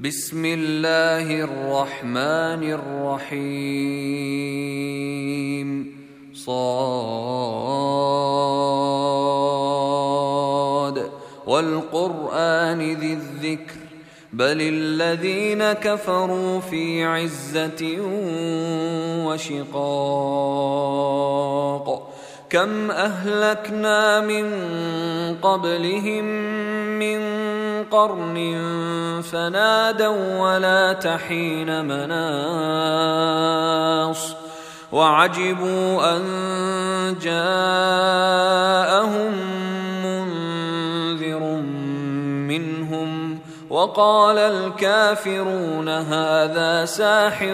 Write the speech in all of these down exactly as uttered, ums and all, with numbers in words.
بسم الله الرحمن الرحيم. صاد والقرآن ذي الذكر بل الذين كفروا في عزة وشقاق كم أهلكنا من قبلهم من قرن فنادوا ولا تحين مناص وعجبوا أن جاءهم منذر منهم وقال الكافرون هذا ساحر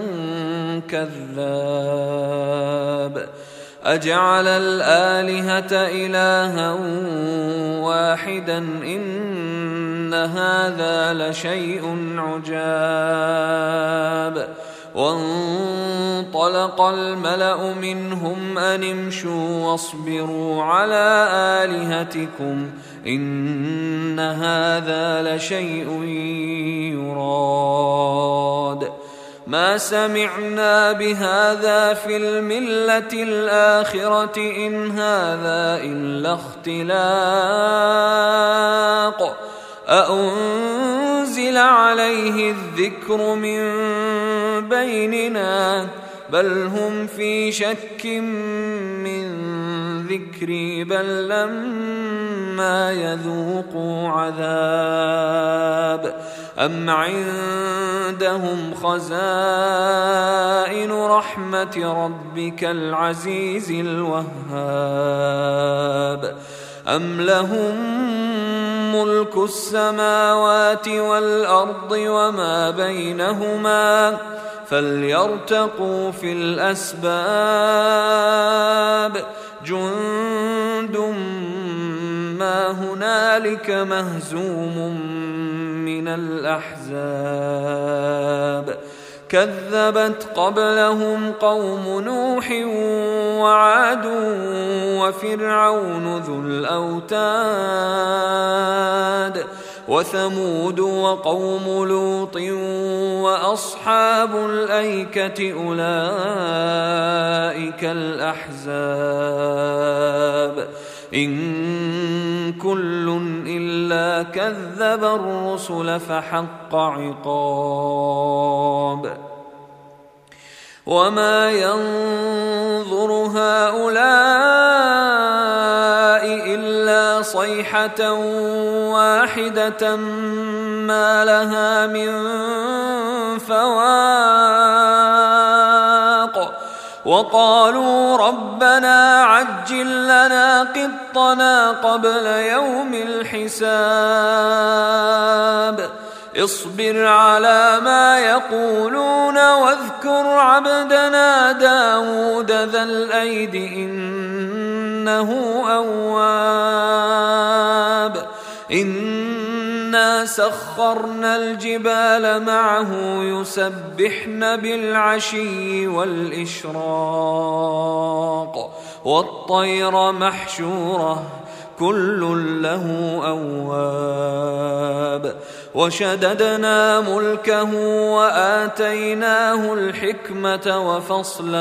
كذاب أجعل الآلهة إلها واحدا إن هذا لشيء عجاب وانطلق الملأ منهم أن امشوا واصبروا على آلهتكم إن هذا لشيء يراد ما سمعنا بهذا في الملة الآخرة إن هذا إلا اختلاق أأنزل عليه الذكر من بيننا بل هم في شك من ذكري بل لما يذوقوا عذاب أم عندهم خزائن رحمة ربك العزيز الوهاب أم لهم ملك السماوات والأرض وما بينهما فليرتقوا في الأسباب جند ما هنالك مهزوم من الأحزاب كذبت قبلهم قوم نوح وعاد وفرعون ذو الأوتاد وثمود وقوم لوط وأصحاب الأيكة أولئك الأحزاب إن كل إلا كذب الرسل فحق عقاب وما ينظر هؤلاء إلا صيحة واحدة ما لها من فواق وقالوا ربنا عجل لنا قطنا قبل يوم الحساب اصبر على ما يقولون واذكر عبدنا داود ذا الأيد إنه أواب إنا سخرنا الجبال معه يسبحن بالعشي والإشراق والطير محشورة كل له أواب وشددنا ملكه وآتيناه الحكمة وفصل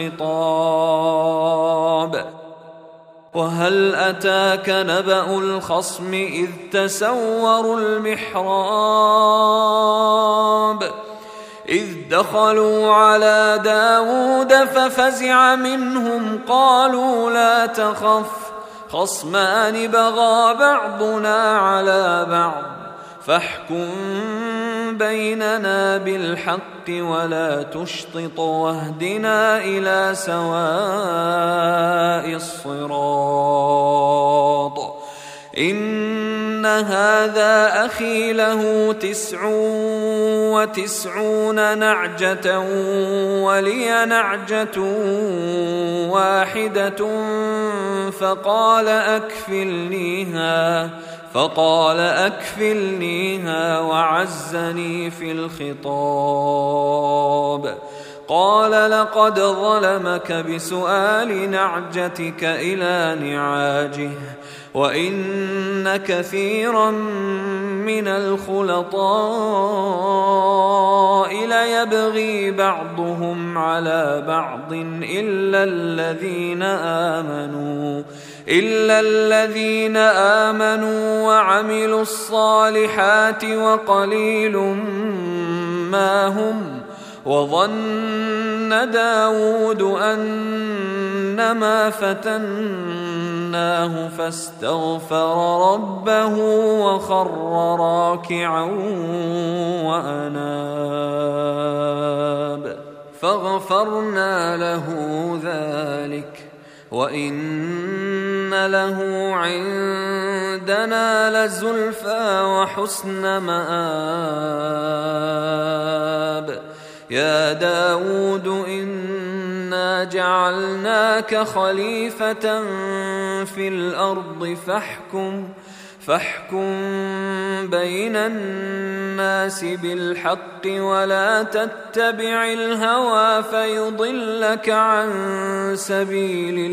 الخطاب وهل أتاك نبأ الخصم إذ تسوروا المحراب إذ دخلوا على داود ففزع منهم قالوا لا تخف خصمان بغى بعضنا على بعض فاحكم بيننا بالحق ولا تشطط واهدنا إلى سواء الصراط إن هذا أخي له تسع وتسعون نعجة ولي نعجة واحدة فقال أكفلنيها فقال أكفلنيها وعزني في الخطاب قال لقد ظلمك بسؤال نعجتك إلى نعاجه وإن كثيرا من الخلطاء يبغي بعضهم على بعض إلا الذين آمنوا إلا الذين آمنوا وعملوا الصالحات وقليل ما هم. وظن داود أنما فتناه فاستغفر ربه وخر راكعا وأناب فغفرنا له ذلك وإن له عندنا لزلفى وحسن مآب. يا داود إنا جعلناك خليفة في الأرض فاحكم فاحكم بين الناس بالحق ولا تتبع الهوى فيضلك عن سبيل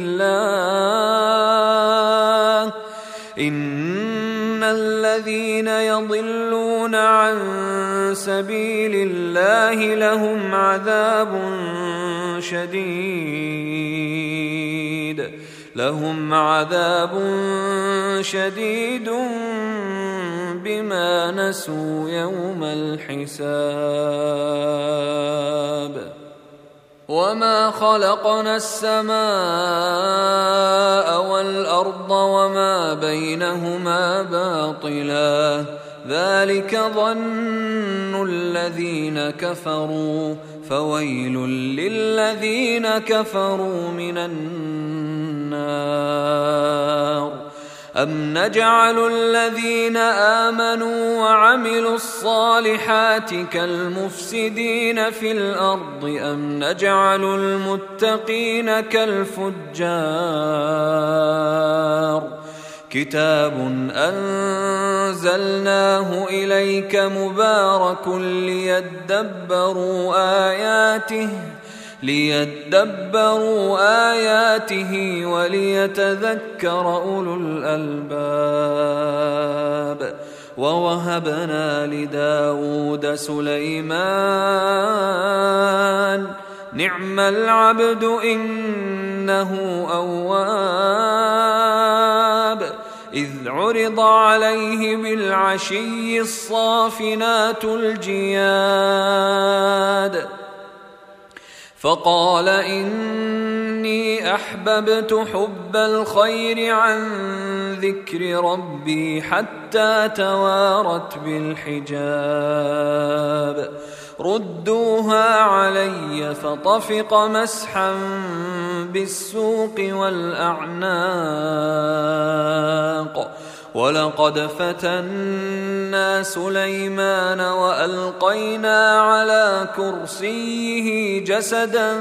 الله. إن الذين يضلون عن سبيل الله لهم عذاب شديد لهم عذاب شديد بما نسوا يوم الحساب. وما خلقنا السماء والأرض وما بينهما باطلا ذلك ظن الذين كفروا فويل للذين كفروا من النار. أم نجعل الذين آمنوا وعملوا الصالحات كالمفسدين في الأرض أم نجعل المتقين كالفجار. كتاب أنزلناه إليك مبارك ليدبروا آياته ليدبروا آياته وليتذكر أولو الألباب. ووهبنا لداود سليمان نعم العبد إنه أواب. إذ عرض عليه بالعشي الصافنات الجياد فقال إني أحببت حب الخير عن ذكر ربي حتى توارت بالحجاب. ردوها علي فطفق مسحا بالسوق والأعناق. ولقد فتنا سليمان وألقينا على كرسيه جسدا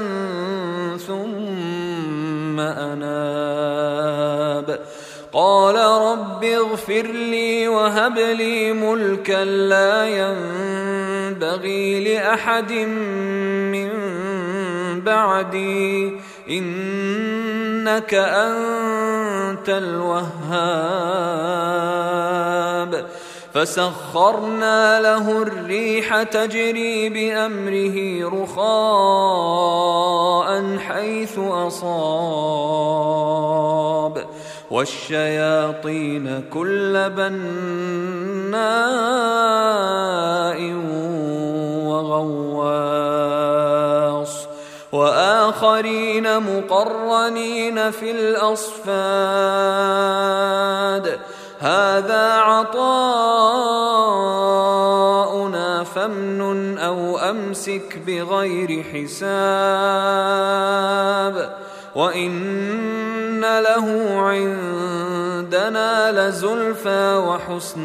ثم أناب. قال رب اغفر لي وهب لي ملكا لا ينبغي لأحد من بعدي إنك أنت الوهاب. فسخرنا له الريح تجري بأمره رخاء حيث أصاب والشياطين كل بناء وغواص وآخرين مقرنين في الأصفاد. هذا عطاؤنا فامنن أو أمسك بغير حساب. وإن له عندنا لزلفى وحسن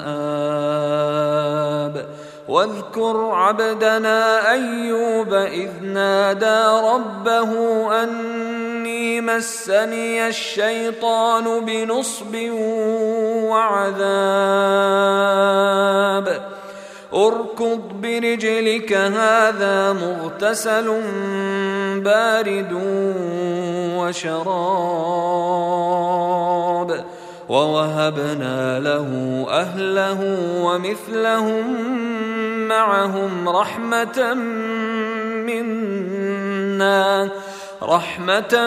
مآب. واذكر عبدنا أيوب إذ نادى ربه أني مسني الشيطان بنصب وعذاب. اركض برجلك هذا مغتسل بارد وشراب. ووهبنا له أهله ومثلهم معهم رحمة منا رحمة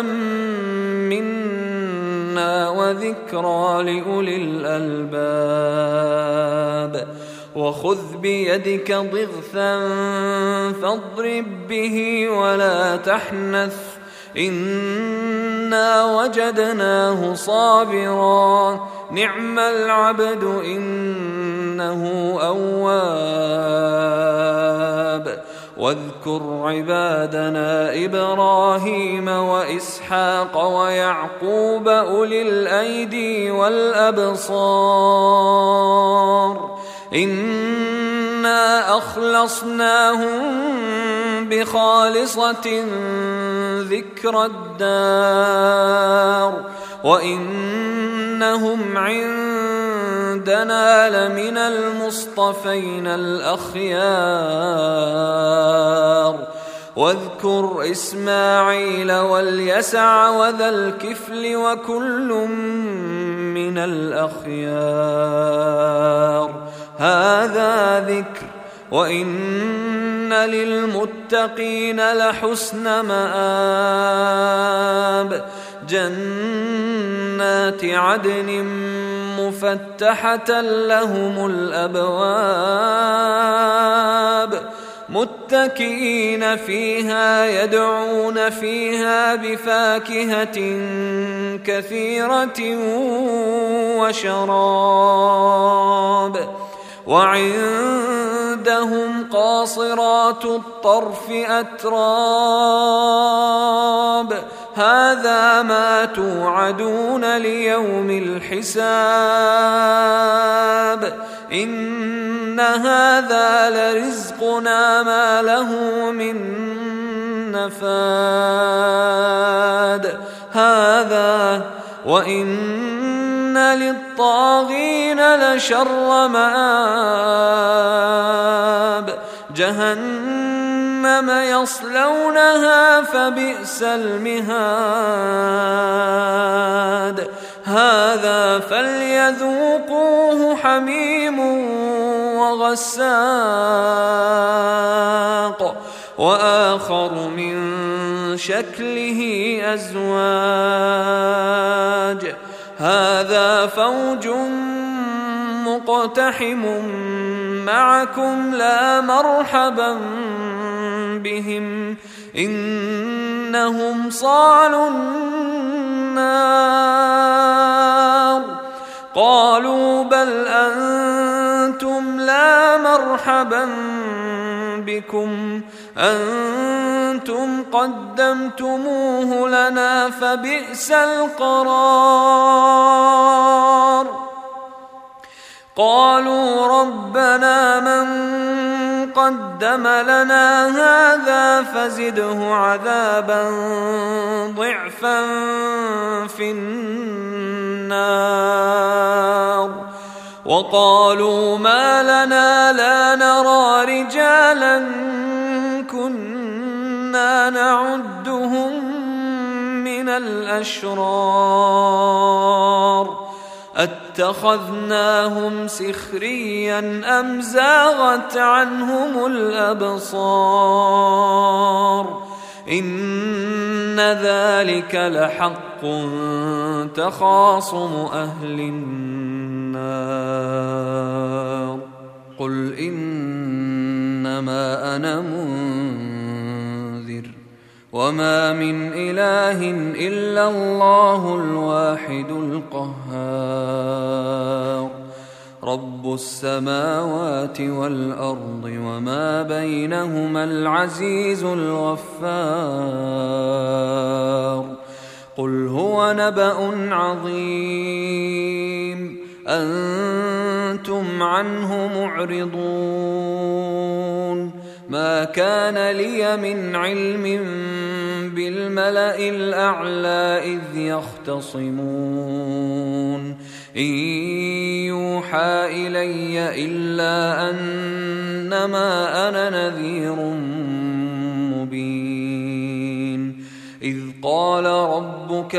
منا وذكرى لأولي الألباب. وخذ بيدك ضغثا فاضرب به ولا تحنث إنا وجدناه صابرا نعم العبد إنه أواب. واذكر عبادنا إبراهيم وإسحاق ويعقوب أولي الأيدي والأبصار إنا أخلصناهم بخالصة ذكر الدار وإنهم عندنا لمن المصطفين الأخيار. واذكر إسماعيل واليسع وذا الكفل وكل من الأخيار هذا ذكر وإن للمتقين لحسن مآب. جنات عدن مفتحة لهم الأبواب متكئين فيها يدعون فيها بفاكهة كثيرة وشراب. وعندهم قاصرات الطرف أتراب هذا ما توعدون ليوم الحساب إن هذا لرزقنا ما له من نفاد. هذا وإن للطاغين لشر مآب جهنم يصلونها فبئس المهاد. هذا فليذوقوه حميم وغساق وآخر من شكله أزواج هذا فوج مقتحم معكم لا مرحبا بهم إنهم صالوا النار. قالوا بل أنتم لا مرحبا بكم أنتم قدمتموه لنا فبئس القرار. قالوا ربنا من قدم لنا هذا فزده عذابا ضعفا في النار. وقالوا ما لنا لا نرى رجالا كنا نعدهم من الأشرار أتخذناهم سخريا أم زاغت عنهم الأبصار إن ذلك لحق تخاصم أهل النار. قل إنما أنا منذر وما من إله إلا الله الواحد القهار رب السماوات والأرض وما بينهما العزيز الغفار. قل هو نبأ عظيم أنتم عنه معرضون. ما كان لي من علم بالملأ الأعلى إذ يختصمون إن يوحى إلي إلا أنما أنا نذير مبين. إذ قال ربك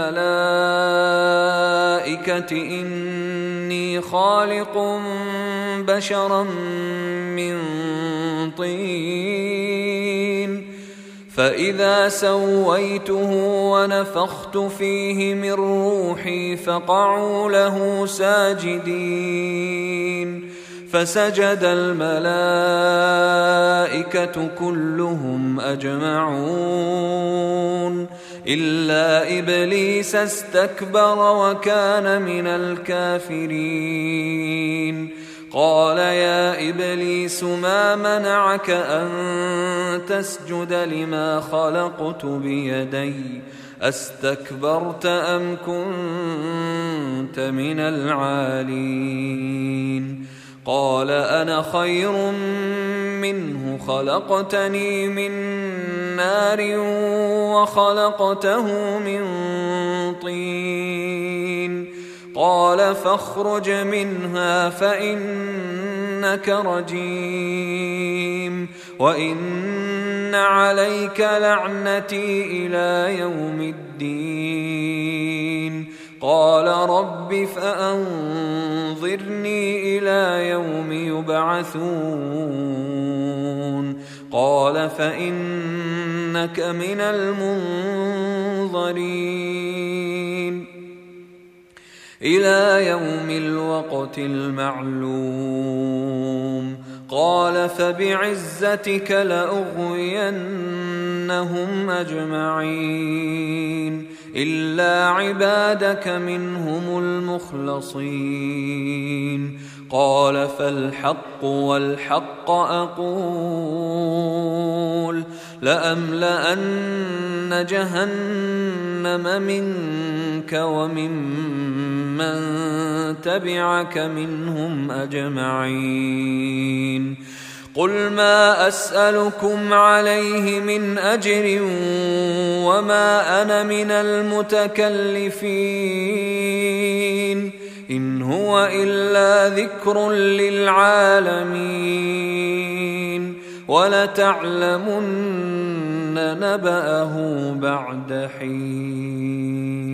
للملائكة إني خالق بشرا من طين فإذا سويته ونفخت فيه من روحي فقعوا له ساجدين فسجد الملائكة كلهم أجمعون إلا إبليس استكبر وكان من الكافرين قال يا إبليس ما منعك أن تسجد لما خلقت بيدي أستكبرت أم كنت من العالين قال أنا خير منه خلقتني من نار وخلقته من طين قال فاخرج منها فإنك رجيم وإن عليك لعنتي إلى يوم الدين قال رب فأنظرني إلى يوم يبعثون قال فإنك من المنظرين إلى يوم الوقت المعلوم قال فبعزتك لأغوينهم أجمعين إلا عبادك منهم المخلصين قال فالحق والحق أقول لأملأن جهنم منك وممن تبعك منهم أجمعين قل ما أسألكم عليه من أجر وما أنا من المتكلفين إن هو إلا ذكر للعالمين ولتعلمن نبأه بعد حين.